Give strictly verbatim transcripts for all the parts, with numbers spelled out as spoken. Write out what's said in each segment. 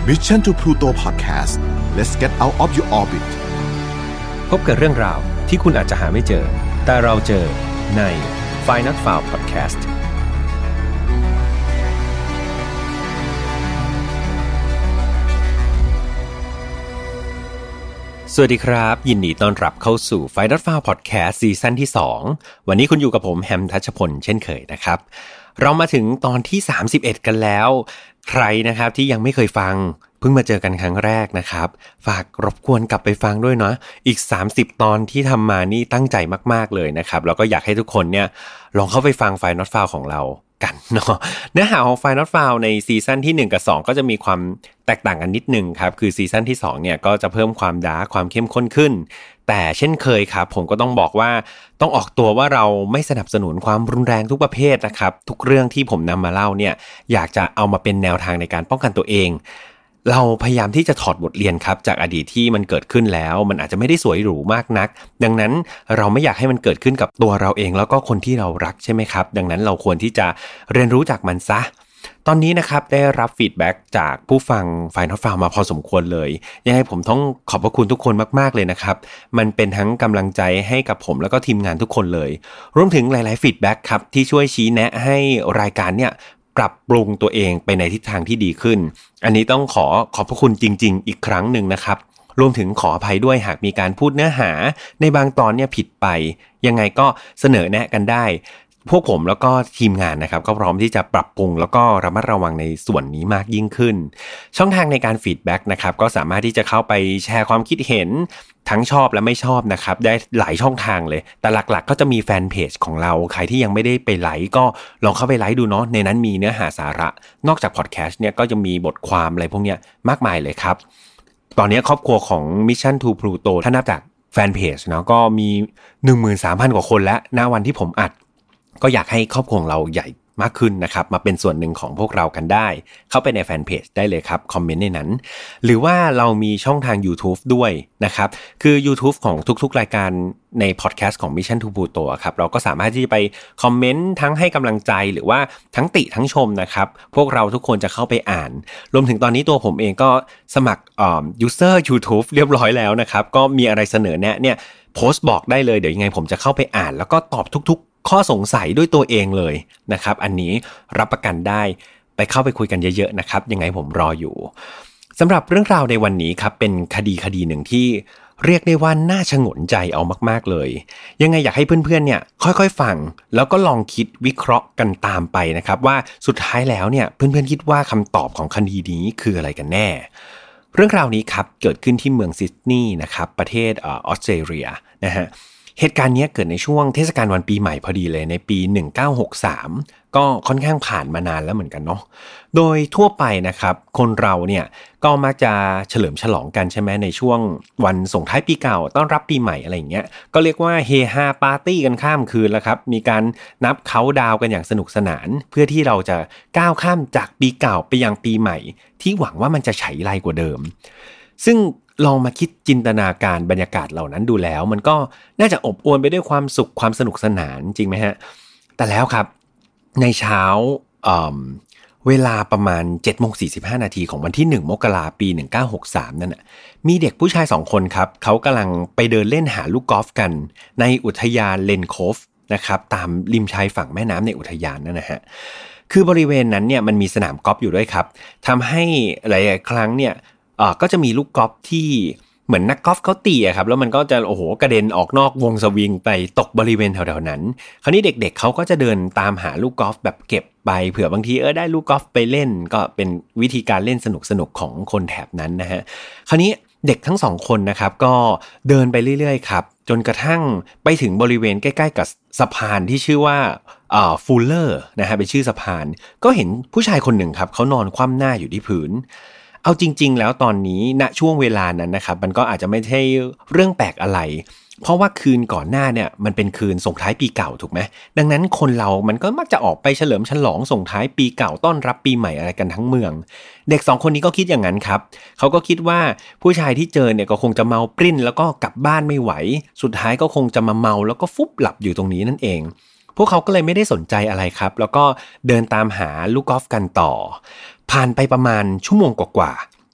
Mission to Pluto Podcast let's get out of your orbit พบกับเรื่องราวที่คุณอาจจะหาไม่เจอแต่เราเจอใน Find Not Found Podcastสวัสดีครับยินดีต้อนรับเข้าสู่ Find Not Found Podcast ซีซั่นที่สองวันนี้คุณอยู่กับผมแฮมทัชพลเช่นเคยนะครับเรามาถึงตอนที่สามสิบเอ็ดกันแล้วใครนะครับที่ยังไม่เคยฟังเพิ่งมาเจอกันครั้งแรกนะครับฝากรบกวนกลับไปฟังด้วยเนาะอีกสามสิบตอนที่ทำมานี่ตั้งใจมากๆเลยนะครับแล้วก็อยากให้ทุกคนเนี่ยลองเข้าไปฟัง Find Not Found ของเรากันเนาะเนื้อหาของ Find Not Found ในซีซั่นที่หนึ่งกับสองก็จะมีความแตกต่างกันนิดนึงครับคือซีซั่นที่สองเนี่ยก็จะเพิ่มความดาร์กความเข้มข้นขึ้นแต่เช่นเคยครับผมก็ต้องบอกว่าต้องออกตัวว่าเราไม่สนับสนุนความรุนแรงทุกประเภทนะครับทุกเรื่องที่ผมนำมาเล่าเนี่ยอยากจะเอามาเป็นแนวทางในการป้องกันตัวเองเราพยายามที่จะถอดบทเรียนครับจากอดีตที่มันเกิดขึ้นแล้วมันอาจจะไม่ได้สวยหรูมากนักดังนั้นเราไม่อยากให้มันเกิดขึ้นกับตัวเราเองแล้วก็คนที่เรารักใช่ไหมครับดังนั้นเราควรที่จะเรียนรู้จากมันซะตอนนี้นะครับได้รับฟีดแบ็กจากผู้ฟัง Find Not Found มาพอสมควรเลยยังไงผมต้องขอบพระคุณทุกคนมากๆเลยนะครับมันเป็นทั้งกำลังใจให้กับผมแล้วก็ทีมงานทุกคนเลยรวมถึงหลายๆฟีดแบ็กครับที่ช่วยชี้แนะให้รายการเนี่ยปรับปรุงตัวเองไปในทิศทางที่ดีขึ้นอันนี้ต้องขอขอบพระคุณจริงๆอีกครั้งหนึ่งนะครับรวมถึงขออภัยด้วยหากมีการพูดเนื้อหาในบางตอนเนี่ยผิดไปยังไงก็เสนอแนะกันได้พวกผมแล้วก็ทีมงานนะครับก็พร้อมที่จะปรับปรุงแล้วก็ระมัดระวังในส่วนนี้มากยิ่งขึ้นช่องทางในการฟีดแบ็กนะครับก็สามารถที่จะเข้าไปแชร์ความคิดเห็นทั้งชอบและไม่ชอบนะครับได้หลายช่องทางเลยแต่หลักๆก็จะมีแฟนเพจของเราใครที่ยังไม่ได้ไปไลค์ก็ลองเข้าไปไลค์ดูเนาะในนั้นมีเนื้อหาสาระนอกจากพอดแคสต์เนี่ยก็จะมีบทความอะไรพวกเนี้ยมากมายเลยครับตอนนี้ครอบครัวของ Mission to Pluto ถ้านับจากแฟนเพจเนาะก็มี หนึ่งหมื่นสามพัน กว่าคนแล้วณวันที่ผมอัดก็อยากให้ครอบครัวเราใหญ่มากขึ้นนะครับมาเป็นส่วนหนึ่งของพวกเรากันได้เข้าไปในแฟนเพจได้เลยครับคอมเมนต์ในนั้นหรือว่าเรามีช่องทาง YouTube ด้วยนะครับคือ YouTube ของทุกๆรายการในพอดแคสต์ของ Mission to Pluto ครับเราก็สามารถที่จะไปคอมเมนต์ทั้งให้กำลังใจหรือว่าทั้งติทั้งชมนะครับพวกเราทุกคนจะเข้าไปอ่านรวมถึงตอนนี้ตัวผมเองก็สมัครเอ่อ user YouTube เรียบร้อยแล้วนะครับก็มีอะไรเสนอแนะเนี่ยโพสต์บอกได้เลยเดี๋ยวยังไงผมจะเข้าไปอ่านแล้วก็ตอบทุกๆข้อสงสัยด้วยตัวเองเลยนะครับอันนี้รับประกันได้ไปเข้าไปคุยกันเยอะๆนะครับยังไงผมรออยู่สำหรับเรื่องราวในวันนี้ครับเป็นคดีคดีหนึ่งที่เรียกได้ว่าน่าชงนใจเอามากๆเลยยังไงอยากให้เพื่อนๆเนี่ยค่อยๆฟังแล้วก็ลองคิดวิเคราะห์กันตามไปนะครับว่าสุดท้ายแล้วเนี่ยเพื่อนๆคิดว่าคำตอบของคดีนี้คืออะไรกันแน่เรื่องราวนี้ครับเกิดขึ้นที่เมืองซิดนีย์นะครับประเทศออสเตรเลียนะฮะเหตุการณ์นี้เกิดในช่วงเทศกาลวันปีใหม่พอดีเลยในปีหนึ่งเก้าหกสามก็ค่อนข้างผ่านมานานแล้วเหมือนกันเนาะโดยทั่วไปนะครับคนเราเนี่ยก็มักจะเฉลิมฉลองกันใช่ไหมในช่วงวันส่งท้ายปีเก่าต้อนรับปีใหม่อะไรอย่างเงี้ยก็เรียกว่าเฮฮาปาร์ตี้กันข้ามคืนแล้วครับมีการนับเค้าดาวกันอย่างสนุกสนานเพื่อที่เราจะก้าวข้ามจากปีเก่าไปยังปีใหม่ที่หวังว่ามันจะฉายไลกว่าเดิมซึ่งลองมาคิดจินตนาการบรรยากาศเหล่านั้นดูแล้วมันก็น่าจะอบอวลไปด้วยความสุขความสนุกสนานจริงไหมฮะแต่แล้วครับในเช้า เอ่อ เวลาประมาณ เจ็ดโมงสี่สิบห้า นาทีของวันที่หนึ่งมกราคมปีหนึ่งเก้าหกสามนั่นน่ะมีเด็กผู้ชายสองคนครับเขากำลังไปเดินเล่นหาลูกกอล์ฟกันในอุทยานเลนโคฟนะครับตามริมชายฝั่งแม่น้ำในอุทยานนั่นนะฮะคือบริเวณนั้นเนี่ยมันมีสนามกอล์ฟอยู่ด้วยครับทำให้หลายๆครั้งเนี่ยเอ่อก็จะมีลูกกอล์ฟที่เหมือนนักกอล์ฟเขาตีอะครับแล้วมันก็จะโอ้โหกระเด็นออกนอกวงสวิงไปตกบริเวณแถวๆนั้นคราวนี้เด็กๆเขาก็จะเดินตามหาลูกกอล์ฟแบบเก็บไปเผื่อบางทีเออได้ลูกกอล์ฟไปเล่นก็เป็นวิธีการเล่นสนุกๆของคนแถบนั้นนะฮะคราวนี้เด็กทั้งสองคนนะครับก็เดินไปเรื่อยๆครับจนกระทั่งไปถึงบริเวณใกล้ๆกับสะพานที่ชื่อว่าอ่าฟูลเลอร์นะฮะเป็นชื่อสะพานก็เห็นผู้ชายคนหนึ่งครับเขานอนคว่ำหน้าอยู่ที่พื้นเอาจริงๆแล้วตอนนี้ณช่วงเวลานั้นนะครับมันก็อาจจะไม่ใช่เรื่องแปลกอะไรเพราะว่าคืนก่อนหน้าเนี่ยมันเป็นคืนส่งท้ายปีเก่าถูกไหมดังนั้นคนเรามันก็มักจะออกไปเฉลิมฉลองส่งท้ายปีเก่าต้อนรับปีใหม่อะไรกันทั้งเมืองเด็กสองคนนี้ก็คิดอย่างนั้นครับเขาก็คิดว่าผู้ชายที่เจอเนี่ยก็คงจะเมาปริ้นแล้วก็กลับบ้านไม่ไหวสุดท้ายก็คงจะมาเมาแล้วก็ฟุบหลับอยู่ตรงนี้นั่นเองพวกเขาก็เลยไม่ได้สนใจอะไรครับแล้วก็เดินตามหาลูกกอล์ฟกันต่อผ่านไปประมาณชั่วโมงกว่า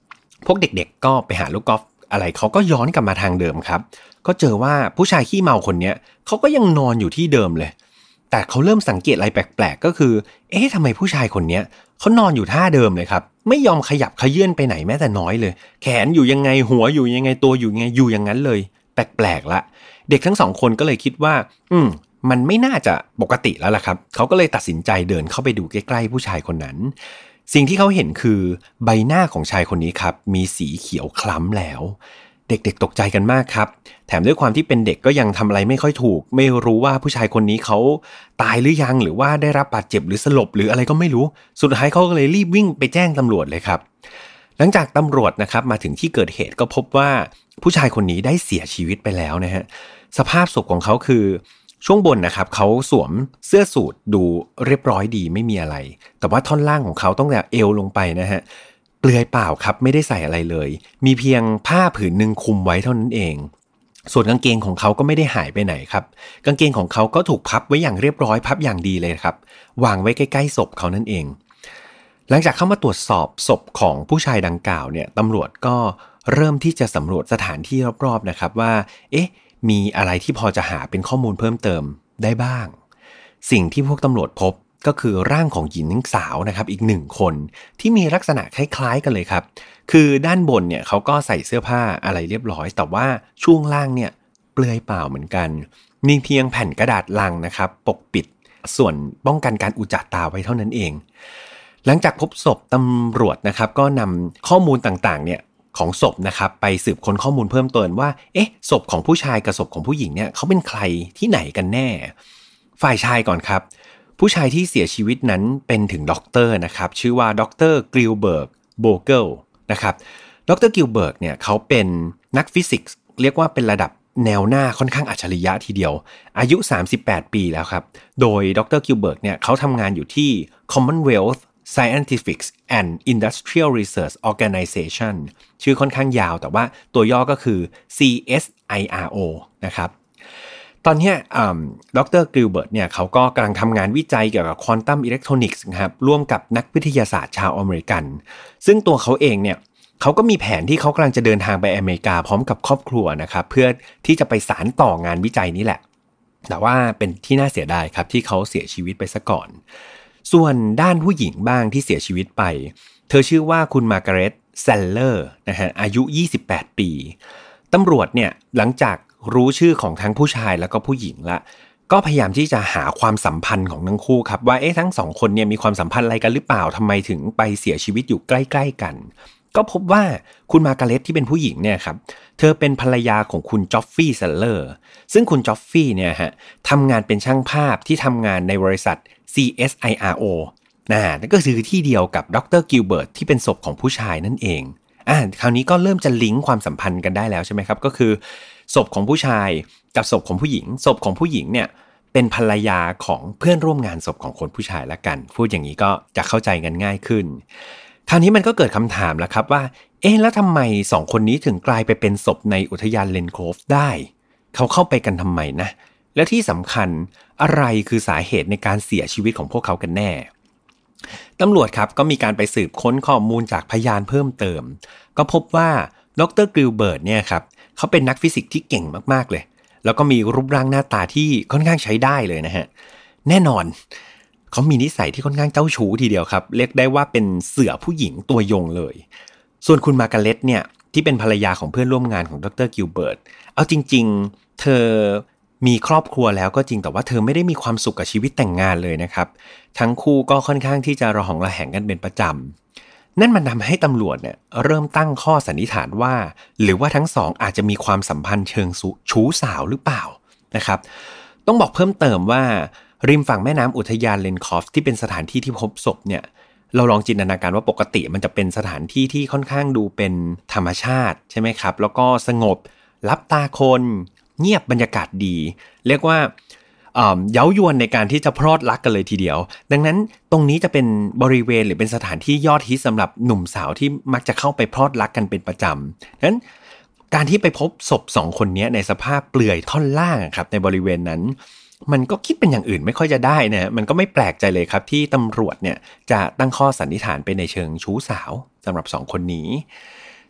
พวกเด็กๆก็ไปหาลูกกอล์ฟอะไรเขาก็ย้อนกลับมาทางเดิมครับก็เจอว่าผู้ชายขี้เมาคนนี้เขาก็ยังนอนอยู่ที่เดิมเลยแต่เขาเริ่มสังเกตอะไรแปลกๆก็คือเอ๊ะทำไมผู้ชายคนนี้เขานอนอยู่ท่าเดิมเลยครับไม่ยอมขยับขยื่นไปไหนแม้แต่น้อยเลยแขนอยู่ยังไงหัวอยู่ยังไงตัวอยู่ยังไงอยู่อย่างนั้นเลยแปลกๆละเด็กทั้งสองคนก็เลยคิดว่าอืมมันไม่น่าจะปกติแล้วล่ะครับเขาก็เลยตัดสินใจเดินเข้าไปดูใกล้ๆผู้ชายคนนั้นสิ่งที่เขาเห็นคือใบหน้าของชายคนนี้ครับมีสีเขียวคล้ำแล้วเด็กๆตกใจกันมากครับแถมด้วยความที่เป็นเด็กก็ยังทำอะไรไม่ค่อยถูกไม่รู้ว่าผู้ชายคนนี้เขาตายหรือยังหรือว่าได้รับบาดเจ็บหรือสลบหรืออะไรก็ไม่รู้สุดท้ายเขาก็เลยรีบวิ่งไปแจ้งตำรวจเลยครับหลังจากตำรวจนะครับมาถึงที่เกิดเหตุก็พบว่าผู้ชายคนนี้ได้เสียชีวิตไปแล้วนะฮะสภาพศพของเขาคือช่วงบนนะครับเขาสวมเสื้อสูทดูเรียบร้อยดีไม่มีอะไรแต่ว่าท่อนล่างของเขาต้องแต่เอวลงไปนะฮะเปลือยเปล่าครับไม่ได้ใส่อะไรเลยมีเพียงผ้าผืนนึงคลุมไว้เท่านั้นเองส่วนกางเกงของเขาก็ไม่ได้หายไปไหนครับกางเกงของเขาก็ถูกพับไว้อย่างเรียบร้อยพับอย่างดีเลยครับวางไว้ใกล้ๆศพเขานั่นเองหลังจากเข้ามาตรวจสอบศพของผู้ชายดังกล่าวเนี่ยตำรวจก็เริ่มที่จะสำรวจสถานที่รอบๆนะครับว่าเอ๊ะมีอะไรที่พอจะหาเป็นข้อมูลเพิ่มเติมได้บ้างสิ่งที่พวกตำรวจพบก็คือร่างของหญิงสาวนะครับอีกหนึ่งคนที่มีลักษณะคล้ายๆกันเลยครับคือด้านบนเนี่ยเขาก็ใส่เสื้อผ้าอะไรเรียบร้อยแต่ว่าช่วงล่างเนี่ยเปลือยเปล่าเหมือนกันมีเพียงแผ่นกระดาษลังนะครับปกปิดส่วนป้องกันการอุจจาตาไว้เท่านั้นเองหลังจากพบศพตำรวจนะครับก็นำข้อมูลต่างๆเนี่ยของศพนะครับไปสืบค้นข้อมูลเพิ่มเติมว่าเอ๊ะศพของผู้ชายกับศพของผู้หญิงเนี่ยเขาเป็นใครที่ไหนกันแน่ฝ่ายชายก่อนครับผู้ชายที่เสียชีวิตนั้นเป็นถึงด็อกเตอร์นะครับชื่อว่าด็อกเตอร์กิลเบิร์กโบเกิลนะครับดร.กิลเบิร์กเนี่ยเขาเป็นนักฟิสิกส์เรียกว่าเป็นระดับแนวหน้าค่อนข้างอัจฉริยะทีเดียวอายุสามสิบแปดปีแล้วครับโดยดร.กิลเบิร์กเนี่ยเขาทำงานอยู่ที่ Commonwealth Scientific and Industrial Research Organization ชื่อค่อนข้างยาวแต่ว่าตัวย่อก็คือ ซี เอส ไอ อาร์ โอ นะครับตอนนี้ดร.กิลเบิร์ตเนี่ยเขาก็กำลังทำงานวิจัยเกี่ยวกับควอนตัมอิเล็กทรอนิกส์ครับร่วมกับนักวิทยาศาสตร์ชาวอเมริกันซึ่งตัวเขาเองเนี่ยเขาก็มีแผนที่เขากำลังจะเดินทางไปอเมริกาพร้อมกับครอบครัวนะครับเพื่อที่จะไปสานต่องานวิจัยนี้แหละแต่ว่าเป็นที่น่าเสียดายครับที่เขาเสียชีวิตไปซะก่อนส่วนด้านผู้หญิงบ้างที่เสียชีวิตไปเธอชื่อว่าคุณมาร์กาเร็ตแซลเลอร์นะฮะอายุยี่สิบแปดปีตำรวจเนี่ยหลังจากรู้ชื่อของทั้งผู้ชายแล้วก็ผู้หญิงละก็พยายามที่จะหาความสัมพันธ์ของทั้งคู่ครับว่าเอ๊ะทั้งสองคนเนี่ยมีความสัมพันธ์อะไรกันหรือเปล่าทำไมถึงไปเสียชีวิตอยู่ใกล้ๆกันก็พบว่าคุณมาร์กาเร็ตที่เป็นผู้หญิงเนี่ยครับเธอเป็นภรรยาของคุณจอฟฟี่เซลเลอร์ซึ่งคุณจอฟฟี่เนี่ยฮะทำงานเป็นช่างภาพที่ทำงานในบริษัท ซี เอส ไอ อาร์ โอ นะนั่นก็คือที่เดียวกับดร.กิลเบิร์ตที่เป็นศพของผู้ชายนั่นเองอ่าคราวนี้ก็เริ่มจะลิงก์ความสัมพันธ์กันได้แล้วใช่ไหมครับก็คือศพของผู้ชายกับศพของผู้หญิงศพของผู้หญิงเนี่ยเป็นภรรยาของเพื่อนร่วมงานศพของคนผู้ชายละกันพูดอย่างนี้ก็จะเข้าใจกันง่ายขึ้นคราวนี้มันก็เกิดคำถามแล้วครับว่าเอ๊ะแล้วทำไมสองคนนี้ถึงกลายไปเป็นศพในอุทยานเลนโคฟได้เขาเข้าไปกันทำไมนะและที่สำคัญอะไรคือสาเหตุในการเสียชีวิตของพวกเขากันแน่ตำรวจครับก็มีการไปสืบค้นข้อมูลจากพยานเพิ่มเติมก็พบว่าดร.กิลเบิร์ตเนี่ยครับเขาเป็นนักฟิสิกส์ที่เก่งมากๆเลยแล้วก็มีรูปร่างหน้าตาที่ค่อนข้างใช้ได้เลยนะฮะแน่นอนเขามีนิสัยที่ค่อนข้างเจ้าชู้ทีเดียวครับเรียกได้ว่าเป็นเสือผู้หญิงตัวยงเลยส่วนคุณมาร์กาเร็ตเนี่ยที่เป็นภรรยาของเพื่อนร่วมงานของดร.กิลเบิร์ตเอาจริงๆเธอมีครอบครัวแล้วก็จริงแต่ว่าเธอไม่ได้มีความสุขกับชีวิตแต่งงานเลยนะครับทั้งคู่ก็ค่อนข้างที่จะระหองระแหงกันเป็นประจำนั่นมันทำให้ตำรวจเนี่ยเริ่มตั้งข้อสันนิษฐานว่าหรือว่าทั้งสองอาจจะมีความสัมพันธ์เชิงชู้สาวหรือเปล่านะครับต้องบอกเพิ่มเติมว่าริมฝั่งแม่น้ำอุทยานเลนคอฟที่เป็นสถานที่ที่พบศพเนี่ยเราลองจินตนาการว่าปกติมันจะเป็นสถานที่ที่ค่อนข้างดูเป็นธรรมชาติใช่ไหมครับแล้วก็สงบลับตาคนเงียบบรรยากาศดีเรียกว่าเย้ายวนในการที่จะพรอดรักกันเลยทีเดียวดังนั้นตรงนี้จะเป็นบริเวณหรือเป็นสถานที่ยอดฮิตสำหรับหนุ่มสาวที่มักจะเข้าไปพรอดรักกันเป็นประจำดังนั้นการที่ไปพบศพสองคนนี้ในสภาพเปลือยท่อนล่างครับในบริเวณนั้นมันก็คิดเป็นอย่างอื่นไม่ค่อยจะได้นะมันก็ไม่แปลกใจเลยครับที่ตำรวจเนี่ยจะตั้งข้อสันนิษฐานไปในเชิงชู้สาวสำหรับสองคนนี้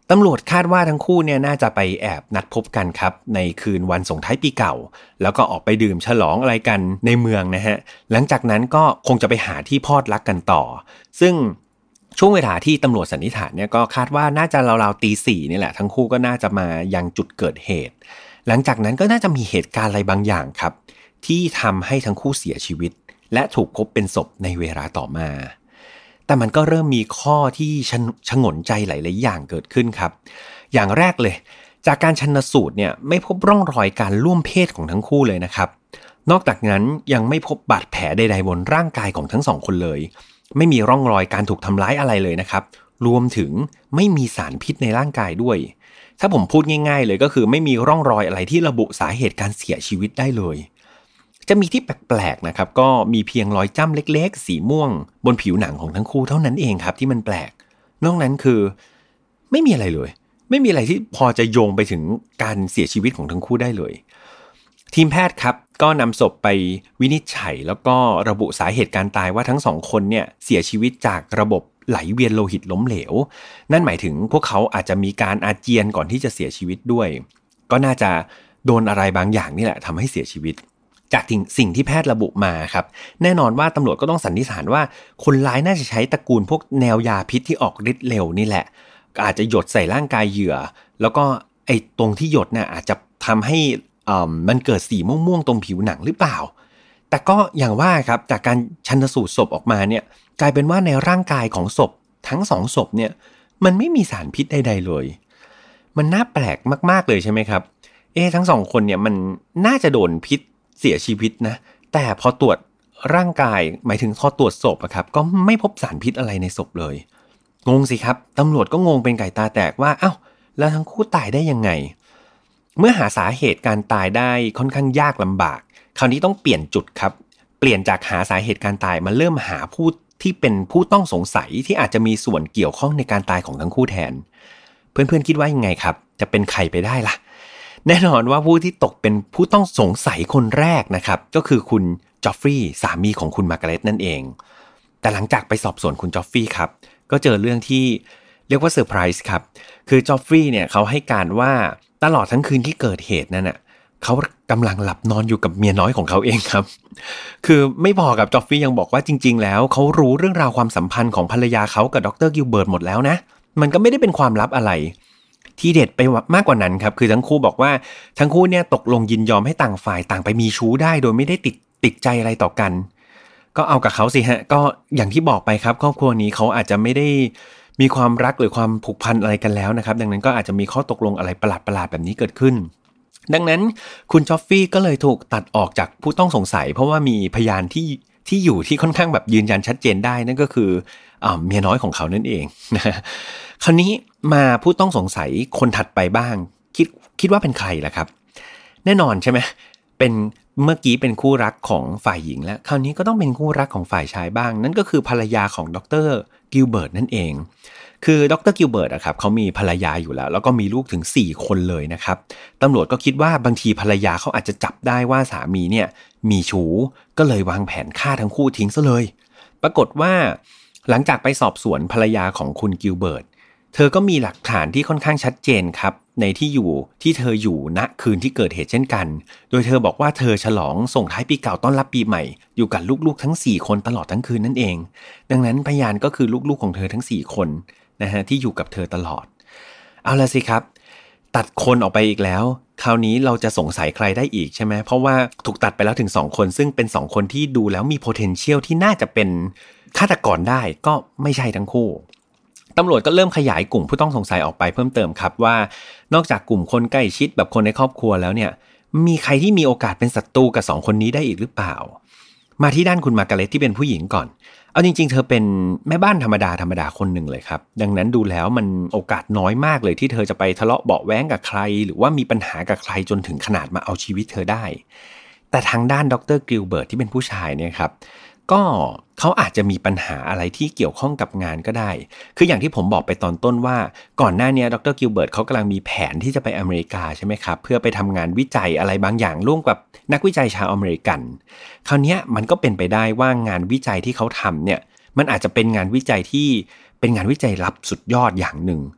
ตำรวจคาดว่าทั้งคู่เนี่ยน่าจะไปแอบนัดพบกันครับในคืนวันส่งท้ายปีเก่าแล้วก็ออกไปดื่มฉลองอะไรกันในเมืองนะฮะหลังจากนั้นก็คงจะไปหาที่พอดรักกันต่อซึ่งช่วงเวลาที่ตำรวจสันนิษฐานเนี่ยก็คาดว่าน่าจะราวๆตีสี่นี่แหละทั้งคู่ก็น่าจะมายังจุดเกิดเหตุหลังจากนั้นก็น่าจะมีเหตุการณ์อะไรบางอย่างครับที่ทำให้ทั้งคู่เสียชีวิตและถูกพบเป็นศพในเวลาต่อมาแต่มันก็เริ่มมีข้อที่ชงนใจหลายๆอย่างเกิดขึ้นครับอย่างแรกเลยจากการชันสูตรเนี่ยไม่พบร่องรอยการร่วมเพศของทั้งคู่เลยนะครับนอกจากนั้นยังไม่พบบาดแผลใดๆบนร่างกายของทั้งสองคนเลยไม่มีร่องรอยการถูกทำร้ายอะไรเลยนะครับรวมถึงไม่มีสารพิษในร่างกายด้วยถ้าผมพูดง่ายๆเลยก็คือไม่มีร่องรอยอะไรที่ระบุสาเหตุการเสียชีวิตได้เลยจะมีที่แปลกๆนะครับก็มีเพียงรอยจ้ำเล็กๆสีม่วงบนผิวหนังของทั้งคู่เท่านั้นเองครับที่มันแปลกนอกนั้นคือไม่มีอะไรเลยไม่มีอะไรที่พอจะโยงไปถึงการเสียชีวิตของทั้งคู่ได้เลยทีมแพทย์ครับก็นำศพไปวินิจฉัยแล้วก็ระบุสาเหตุการตายว่าทั้งสองคนเนี่ยเสียชีวิตจากระบบไหลเวียนโลหิตล้มเหลวนั่นหมายถึงพวกเขาอาจจะมีการอาเจียนก่อนที่จะเสียชีวิตด้วยก็น่าจะโดนอะไรบางอย่างนี่แหละทำให้เสียชีวิตจากสิ่งที่แพทย์ระบุมาครับแน่นอนว่าตำรวจก็ต้องสันนิษฐานว่าคนร้ายน่าจะใช้ตระกูลพวกแนวยาพิษที่ออกฤทธิ์เร็วนี่แหละอาจจะหยดใส่ร่างกายเหยื่อแล้วก็ไอ้ตรงที่หยดเนี่ยอาจจะทำให้อ่ามันเกิดสีม่วงๆตรงผิวหนังหรือเปล่าแต่ก็อย่างว่าครับจากการชันสูตรศพออกมาเนี่ยกลายเป็นว่าในร่างกายของศพทั้งสองศพเนี่ยมันไม่มีสารพิษใดๆเลยมันน่าแปลกมากๆเลยใช่ไหมครับเอ๊ะทั้งสองคนเนี่ยมันน่าจะโดนพิษเสียชีวิตนะแต่พอตรวจร่างกายหมายถึงพอตรวจศพอะครับก็ไม่พบสารพิษอะไรในศพเลยงงสิครับตำรวจก็งงเป็นไก่ตาแตกว่าเอ้าแล้วทั้งคู่ตายได้ยังไงเมื่อหาสาเหตุการตายได้ค่อนข้างยากลำบากคราวนี้ต้องเปลี่ยนจุดครับเปลี่ยนจากหาสาเหตุการตายมาเริ่มหาผู้ที่เป็นผู้ต้องสงสัยที่อาจจะมีส่วนเกี่ยวข้องในการตายของทั้งคู่แทนเพื่อนๆคิดว่ายังไงครับจะเป็นใครไปได้ล่ะแน่นอนว่าผู้ที่ตกเป็นผู้ต้องสงสัยคนแรกนะครับก็คือคุณจอฟฟรีย์สามีของคุณมาร์กาเร็ตนั่นเองแต่หลังจากไปสอบสวนคุณจอฟฟรีย์ครับก็เจอเรื่องที่เรียกว่าเซอร์ไพรส์ครับคือจอฟฟรีย์เนี่ยเขาให้การว่าตลอดทั้งคืนที่เกิดเหตุนั้นน่ะเขากำลังหลับนอนอยู่กับเมียน้อยของเขาเองครับคือไม่พอกับจอฟฟรีย์ยังบอกว่าจริงๆแล้วเขารู้เรื่องราวความสัมพันธ์ของภรรยาเขากับดร.กิลเบิร์ตหมดแล้วนะมันก็ไม่ได้เป็นความลับอะไรที่เด็ดไปมากกว่านั้นครับคือทั้งคู่บอกว่าทั้งคู่เนี่ยตกลงยินยอมให้ต่างฝ่ายต่างไปมีชู้ได้โดยไม่ได้ติดติดใจอะไรต่อกันก็เอากับเขาสิฮะก็อย่างที่บอกไปครับครอบครัวนี้เขาอาจจะไม่ได้มีความรักหรือความผูกพันอะไรกันแล้วนะครับดังนั้นก็อาจจะมีข้อตกลงอะไรประหลาดๆแบบนี้เกิดขึ้นดังนั้นคุณจอฟฟี่ก็เลยถูกตัดออกจากผู้ต้องสงสัยเพราะว่ามีพยานที่ที่อยู่ที่ค่อนข้างแบบยืนยันชัดเจนได้นั่นก็คืออ่าเมียน้อยของเขานั่นเองนะคราวนี้มาผู้ต้องสงสัยคนถัดไปบ้างคิดคิดว่าเป็นใครล่ะครับแน่นอนใช่ไหมเป็นเมื่อกี้เป็นคู่รักของฝ่ายหญิงแล้วคราวนี้ก็ต้องเป็นคู่รักของฝ่ายชายบ้างนั่นก็คือภรรยาของดร.กิลเบิร์ตนั่นเองคือดร.กิลเบิร์ตอะครับเขามีภรรยาอยู่แล้วแล้วก็มีลูกถึงสี่คนเลยนะครับตำรวจก็คิดว่าบางทีภรรยาเขาอาจจะจับได้ว่าสามีเนี่ยมีชู้ก็เลยวางแผนฆ่าทั้งคู่ทิ้งซะเลยปรากฏว่าหลังจากไปสอบสวนภรรยาของคุณกิลเบิร์ตเธอก็มีหลักฐานที่ค่อนข้างชัดเจนครับในที่อยู่ที่เธออยู่ณคืนที่เกิดเหตุเช่นกันโดยเธอบอกว่าเธอฉลองส่งท้ายปีเก่าต้อนรับปีใหม่อยู่กับลูกๆทั้งสี่คนตลอดทั้งคืนนั่นเองดังนั้นพยานก็คือลูกๆของเธอทั้งสี่คนนะฮะที่อยู่กับเธอตลอดเอาล่ะสิครับตัดคนออกไปอีกแล้วคราวนี้เราจะสงสัยใครได้อีกใช่ไหมเพราะว่าถูกตัดไปแล้วถึงสองคนซึ่งเป็นสองคนที่ดูแล้วมี potential ที่น่าจะเป็นฆาตกรได้ก็ไม่ใช่ทั้งคู่ตำรวจก็เริ่มขยายกลุ่มผู้ต้องสงสัยออกไปเพิ่มเติมครับว่านอกจากกลุ่มคนใกล้ชิดแบบคนในครอบครัวแล้วเนี่ยมีใครที่มีโอกาสเป็นศัตรูกับสองคนนี้ได้อีกหรือเปล่ามาที่ด้านคุณมาร์กาเร็ตที่เป็นผู้หญิงก่อนเอาจริงๆเธอเป็นแม่บ้านธรรมดาธรรมดาคนหนึ่งเลยครับดังนั้นดูแล้วมันโอกาสน้อยมากเลยที่เธอจะไปทะเลาะเบาะแว้งกับใครหรือว่ามีปัญหากับใครจนถึงขนาดมาเอาชีวิตเธอได้แต่ทางด้านดร.กิลเบิร์ตที่เป็นผู้ชายเนี่ยครับก็เขาอาจจะมีปัญหาอะไรที่เกี่ยวข้องกับงานก็ได้คืออย่างที่ผมบอกไปตอนต้นว่าก่อนหน้านี้ดร.กิลเบิร์ตเขากำลังมีแผนที่จะไปอเมริกาใช่ไหมครับเพื่อไปทำงานวิจัยอะไรบางอย่างร่วมกับนักวิจัยชาวอเมริกันคราวนี้มันก็เป็นไปได้ว่างานวิจัยที่เขาทำเนี่ยมันอาจจะเป็นงานวิจัยที่เป็นงานวิจัยลับสุดยอดอย่างหนึ่ง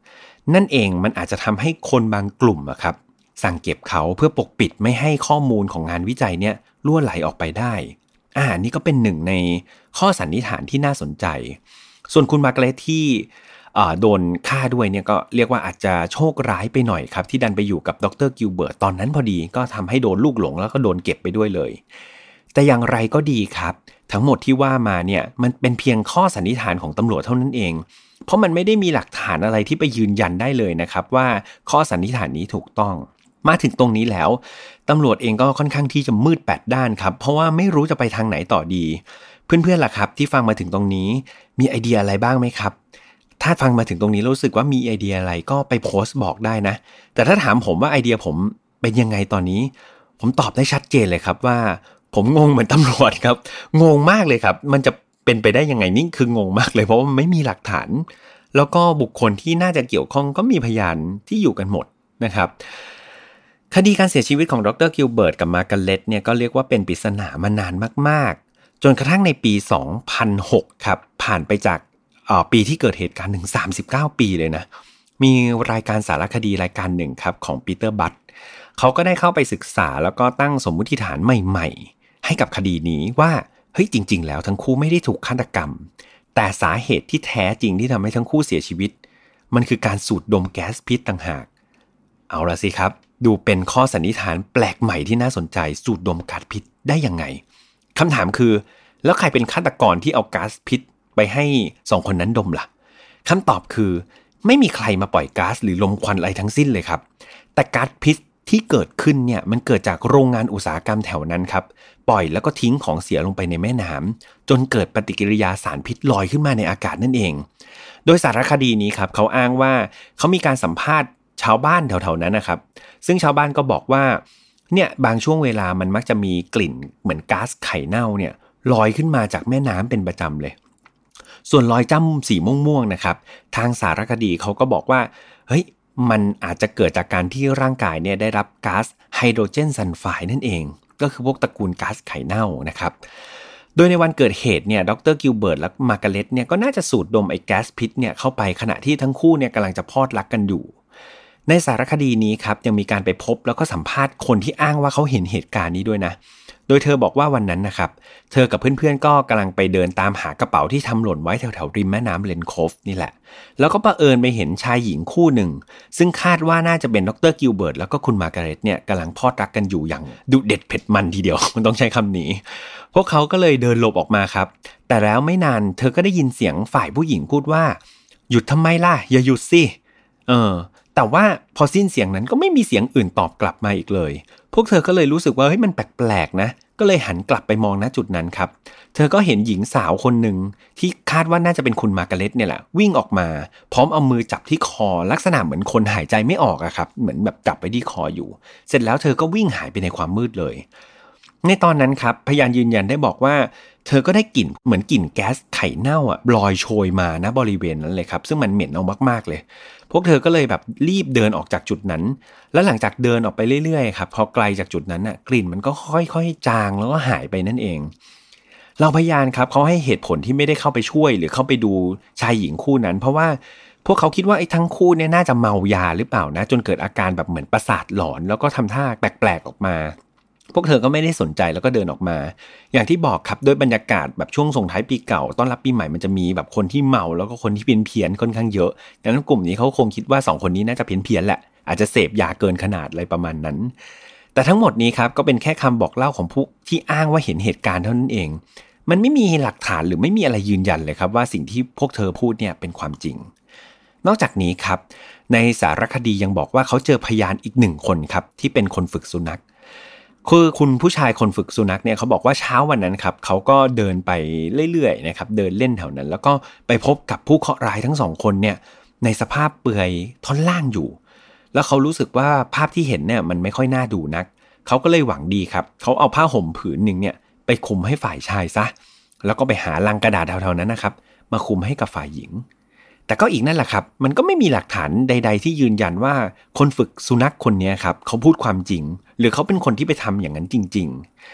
นั่นเองมันอาจจะทำให้คนบางกลุ่มอะครับสั่งเก็บเขาเพื่อปกปิดไม่ให้ข้อมูลของงานวิจัยเนี่ยล่วไหลออกไปได้อ่านี่ก็เป็นหนึ่งในข้อสันนิษฐานที่น่าสนใจส่วนคุณมาร์กาเร็ตที่โดนฆ่าด้วยเนี่ยก็เรียกว่าอาจจะโชคร้ายไปหน่อยครับที่ดันไปอยู่กับดร.กิลเบิร์ตตอนนั้นพอดีก็ทำให้โดนลูกหลงแล้วก็โดนเก็บไปด้วยเลยแต่อย่างไรก็ดีครับทั้งหมดที่ว่ามาเนี่ยมันเป็นเพียงข้อสันนิษฐานของตำรวจเท่านั้นเองเพราะมันไม่ได้มีหลักฐานอะไรที่ไปยืนยันได้เลยนะครับว่าข้อสันนิษฐานนี้ถูกต้องมาถึงตรงนี้แล้วตำรวจเองก็ค่อนข้างที่จะมืดแปดด้านครับเพราะว่าไม่รู้จะไปทางไหนต่อดีเพื่อนๆล่ะครับที่ฟังมาถึงตรงนี้มีไอเดียอะไรบ้างไหมครับถ้าฟังมาถึงตรงนี้รู้สึกว่ามีไอเดียอะไรก็ไปโพสต์บอกได้นะแต่ถ้าถามผมว่าไอเดียผมเป็นยังไงตอนนี้ผมตอบได้ชัดเจนเลยครับว่าผมงงเหมือนตำรวจครับงงมากเลยครับมันจะเป็นไปได้ยังไงนี่คืองงมากเลยเพราะว่าไม่มีหลักฐานแล้วก็บุคคลที่น่าจะเกี่ยวข้องก็มีพยานที่อยู่กันหมดนะครับคดีการเสียชีวิตของดร.กิลเบิร์ตกับมาร์กาเร็ตเนี่ยก็เรียกว่าเป็นปริศนามานานมากๆจนกระทั่งในปีสองพันหกครับผ่านไปจากปีที่เกิดเหตุการณ์ถึงสามสิบเก้าปีเลยนะมีรายการสารคดีรายการหนึ่งครับของปีเตอร์บัตเขาก็ได้เข้าไปศึกษาแล้วก็ตั้งสมมุติฐานใหม่ๆให้กับคดีนี้ว่าเฮ้ยจริงๆแล้วทั้งคู่ไม่ได้ถูกฆาตกรรมแต่สาเหตุที่แท้จริงที่ทำให้ทั้งคู่เสียชีวิตมันคือการสูดดมแก๊สพิษต่างหากเอาละสิครับดูเป็นข้อสันนิษฐานแปลกใหม่ที่น่าสนใจสูดดมก๊าซพิษได้ยังไงคำถามคือแล้วใครเป็นฆาตกรที่เอาก๊าซพิษไปให้สองคนนั้นดมล่ะคำตอบคือไม่มีใครมาปล่อยก๊าซหรือลมควันอะไรทั้งสิ้นเลยครับแต่ก๊าซพิษที่เกิดขึ้นเนี่ยมันเกิดจากโรงงานอุตสาหกรรมแถวนั้นครับปล่อยแล้วก็ทิ้งของเสียลงไปในแม่น้ำจนเกิดปฏิกิริยาสารพิษลอยขึ้นมาในอากาศนั่นเองโดยสารคดีนี้ครับเขาอ้างว่าเขามีการสัมภาษณ์ชาวบ้านแถวๆนั้นนะครับซึ่งชาวบ้านก็บอกว่าเนี่ยบางช่วงเวลามันมักจะมีกลิ่นเหมือนก๊าซไข่เน่าเนี่ยลอยขึ้นมาจากแม่น้ำเป็นประจำเลยส่วนรอยจ้ำสีม่วงๆนะครับทางสารคดีเขาก็บอกว่าเฮ้ยมันอาจจะเกิดจากการที่ร่างกายเนี่ยได้รับก๊าซไฮโดรเจนซัลไฟด์นั่นเองก็คือพวกตระกูลก๊าซไข่เน่านะครับโดยในวันเกิดเหตุเนี่ยดร.กิลเบิร์ตและมาร์กาเร็ตเนี่ยก็น่าจะสูดดมไอ้แก๊สพิษเนี่ยเข้าไปขณะที่ทั้งคู่เนี่ยกำลังจะพลอดรักกันอยู่ในสารคดีนี้ครับยังมีการไปพบแล้วก็สัมภาษณ์คนที่อ้างว่าเขาเห็นเหตุการณ์นี้ด้วยนะโดยเธอบอกว่าวันนั้นนะครับเธอกับเพื่อนๆก็กำลังไปเดินตามหากระเป๋าที่ทำหล่นไว้แถวๆริมแม่น้ำเลนโคฟนี่แหละแล้วก็บังเอิญไปเห็นชายหญิงคู่หนึ่งซึ่งคาดว่าน่าจะเป็นดร.กิลเบิร์ตแล้วก็คุณมาร์กาเร็ตเนี่ยกำลังพลอดรักกันอยู่อย่างดุเด็ดเผ็ดมันทีเดียวมันต้องใช้คำนี้พวกเขาก็เลยเดินหลบออกมาครับแต่แล้วไม่นานเธอก็ได้ยินเสียงฝ่ายผู้หญิงพูดว่าหยุดทำไมล่ะอย่าหยุดสิเออแต่ว่าพอสิ้นเสียงนั้นก็ไม่มีเสียงอื่นตอบกลับมาอีกเลยพวกเธอก็เลยรู้สึกว่าเฮ้ยมันแปลกๆนะก็เลยหันกลับไปมองณจุดนั้นครับเธอก็เห็นหญิงสาวคนหนึ่งที่คาดว่าน่าจะเป็นคุณมาร์กาเร็ตเนี่ยแหละวิ่งออกมาพร้อมเอามือจับที่คอลักษณะเหมือนคนหายใจไม่ออกอะครับเหมือนแบบจับไปที่คออยู่เสร็จแล้วเธอก็วิ่งหายไปในความมืดเลยในตอนนั้นครับพยานยืนยันได้บอกว่าเธอก็ได้กลิ่นเหมือนกลิ่นแก๊สไข่เน่าอ่ะลอยโชยมาณบริเวณนั้นเลยครับซึ่งมันเหม็นเอามากๆเลยพวกเธอก็เลยแบบรีบเดินออกจากจุดนั้นแล้วหลังจากเดินออกไปเรื่อยๆครับพอไกลจากจุดนั้นน่ะกลิ่นมันก็ค่อยๆจางแล้วก็หายไปนั่นเองเราพยานครับเขาให้เหตุผลที่ไม่ได้เข้าไปช่วยหรือเข้าไปดูชายหญิงคู่นั้นเพราะว่าพวกเขาคิดว่าไอ้ทั้งคู่เนี่ยน่าจะเมายาหรือเปล่านะจนเกิดอาการแบบเหมือนประสาทหลอนแล้วก็ทำท่าแปลกๆออกมาพวกเธอก็ไม่ได้สนใจแล้วก็เดินออกมาอย่างที่บอกครับด้วยบรรยากาศแบบช่วงส่งท้ายปีเก่าต้อนรับปีใหม่มันจะมีแบบคนที่เมาแล้วก็คนที่เพี้ยนๆค่อนข้างเยอะดังนั้นกลุ่มนี้เขาคงคิดว่าสองคนนี้น่าจะเพี้ยนๆแหละอาจจะเสพยาเกินขนาดอะไรประมาณนั้นแต่ทั้งหมดนี้ครับก็เป็นแค่คำบอกเล่าของผู้ที่อ้างว่าเห็นเหตุการณ์เท่านั้นเองมันไม่มีหลักฐานหรือไม่มีอะไรยืนยันเลยครับว่าสิ่งที่พวกเธอพูดเนี่ยเป็นความจริงนอกจากนี้ครับในสารคดียังบอกว่าเขาเจอพยานอีกหนึ่งคนครับที่เป็นคนฝึกสุนัขคือคุณผู้ชายคนฝึกสุนัขเนี่ยเขาบอกว่าเช้าวันนั้นครับเขาก็เดินไปเรื่อยๆนะครับเดินเล่นแถวนั้นแล้วก็ไปพบกับผู้เคราะห์ร้ายทั้งสองคนเนี่ยในสภาพเปลือยท่อนล่างอยู่แล้วเขารู้สึกว่าภาพที่เห็นเนี่ยมันไม่ค่อยน่าดูนักเขาก็เลยหวังดีครับเขาเอาผ้าห่มผืนหนึ่งเนี่ยไปคลุมให้ฝ่ายชายซะแล้วก็ไปหาลังกระดาษแถวๆนั้นนะครับมาคลุมให้กับฝ่ายหญิงแต่ก็อีกนั่นแหละครับมันก็ไม่มีหลักฐานใดๆที่ยืนยันว่าคนฝึกสุนัขคนนี้ครับเขาพูดความจริงหรือเขาเป็นคนที่ไปทำอย่างนั้นจริงๆ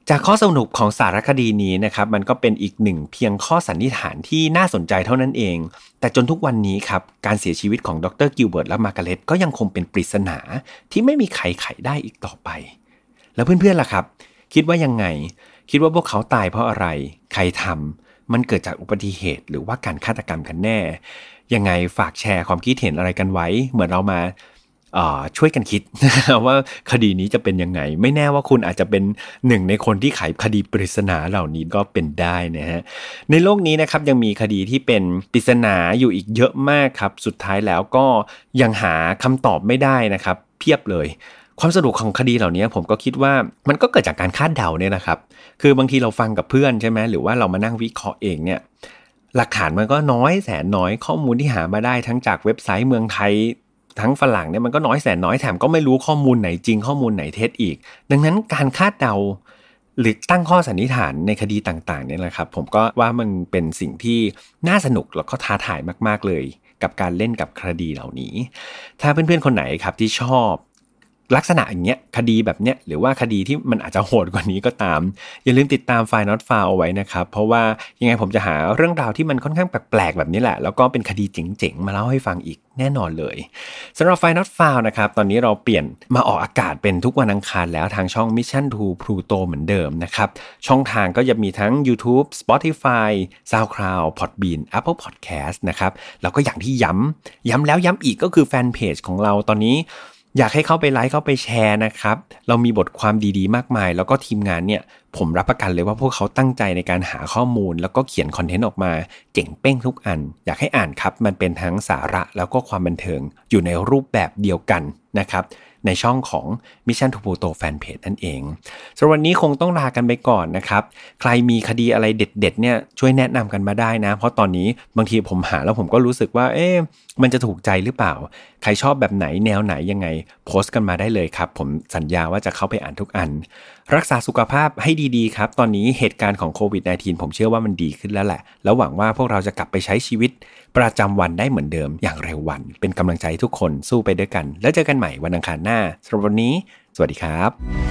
จากข้อสรุปของสารคดีนี้นะครับมันก็เป็นอีกหนึ่งเพียงข้อสันนิษฐานที่น่าสนใจเท่านั้นเองแต่จนทุกวันนี้ครับการเสียชีวิตของดร.กิลเบิร์ตและมาร์กาเร็ตก็ยังคงเป็นปริศนาที่ไม่มีใครไขได้อีกต่อไปแล้วเพื่อนๆล่ะครับคิดว่ายังไงคิดว่าพวกเขาตายเพราะอะไรใครทำมันเกิดจากอุบัติเหตุหรือว่าการฆาตกรรมกันแน่ยังไงฝากแชร์ความคิดเห็นอะไรกันไว้เหมือนเรามาช่วยกันคิด ว่าคดีนี้จะเป็นยังไงไม่แน่ว่าคุณอาจจะเป็นหนึ่งในคนที่ไขคดีปริศนาเหล่านี้ก็เป็นได้นะฮะในโลกนี้นะครับยังมีคดีที่เป็นปริศนาอยู่อีกเยอะมากครับสุดท้ายแล้วก็ยังหาคำตอบไม่ได้นะครับเพียบเลยความสนุกของคดีเหล่านี้ผมก็คิดว่ามันก็เกิดจากการคาดเดาเนี่ยนะครับคือบางทีเราฟังกับเพื่อนใช่ไหมหรือว่าเรามานั่งวิเคราะห์เองเนี่ยหลักฐานมันก็น้อยแสนน้อยข้อมูลที่หามาได้ทั้งจากเว็บไซต์เมืองไทยทั้งฝรั่งเนี่ยมันก็น้อยแสนน้อยแถมก็ไม่รู้ข้อมูลไหนจริงข้อมูลไหนเท็จอีกดังนั้นการคาดเดาหรือตั้งข้อสันนิษฐานในคดีต่างๆเนี่ยแหละครับผมก็ว่ามันเป็นสิ่งที่น่าสนุกแล้วก็ท้าทายมากๆเลยกับการเล่นกับคดีเหล่านี้ถ้าเพื่อนๆคนไหนครับที่ชอบลักษณะอย่างเงี้ยคดีแบบเนี้ยหรือว่าคดีที่มันอาจจะโหดกว่านี้ก็ตามอย่าลืมติดตาม File Not Found เอาไว้นะครับเพราะว่ายังไงผมจะหาเรื่องราวที่มันค่อนข้างแปลกๆแบบนี้แหละแล้วก็เป็นคดีเจ๋งๆมาเล่าให้ฟังอีกแน่นอนเลยสำหรับ File Not Found นะครับตอนนี้เราเปลี่ยนมาออกอากาศเป็นทุกวันอังคารแล้วทางช่อง Mission to Pluto เหมือนเดิมนะครับช่องทางก็จะมีทั้ง YouTube Spotify SoundCloud Podbean Apple Podcast นะครับแล้วก็อย่างที่ย้ำย้ำแล้วย้ำอีกก็คือแฟนเพจของเราตอนนี้อยากให้เข้าไปไลค์เข้าไปแชร์นะครับเรามีบทความดีๆมากมายแล้วก็ทีมงานเนี่ยผมรับประกันเลยว่าพวกเขาตั้งใจในการหาข้อมูลแล้วก็เขียนคอนเทนต์ออกมาเจ๋งเป้งทุกอันอยากให้อ่านครับมันเป็นทั้งสาระแล้วก็ความบันเทิงอยู่ในรูปแบบเดียวกันนะครับในช่องของ Mission to Pluto Fanpage นั่นเองสำหรับวันนี้คงต้องลากันไปก่อนนะครับใครมีคดีอะไรเด็ดๆเนี่ยช่วยแนะนำกันมาได้นะเพราะตอนนี้บางทีผมหาแล้วผมก็รู้สึกว่าเอ๊ะมันจะถูกใจหรือเปล่าใครชอบแบบไหนแนวไหนยังไงโพสต์กันมาได้เลยครับผมสัญญาว่าจะเข้าไปอ่านทุกอันรักษาสุขภาพให้ดีๆครับตอนนี้เหตุการณ์ของโควิด สิบเก้า ผมเชื่อว่ามันดีขึ้นแล้วแหละแล้วหวังว่าพวกเราจะกลับไปใช้ชีวิตประจำวันได้เหมือนเดิมอย่างเร็ววันเป็นกำลังใจทุกคนสู้ไปด้วยกันแล้วเจอกันใหม่วันอังคารหน้าสำหรับวันนี้สวัสดีครับ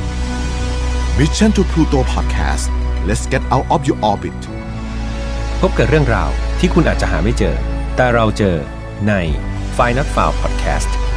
Mission to Pluto Podcast let's get out of your orbit พบกับเรื่องราวที่คุณอาจจะหาไม่เจอแต่เราเจอใน File Not Found Podcast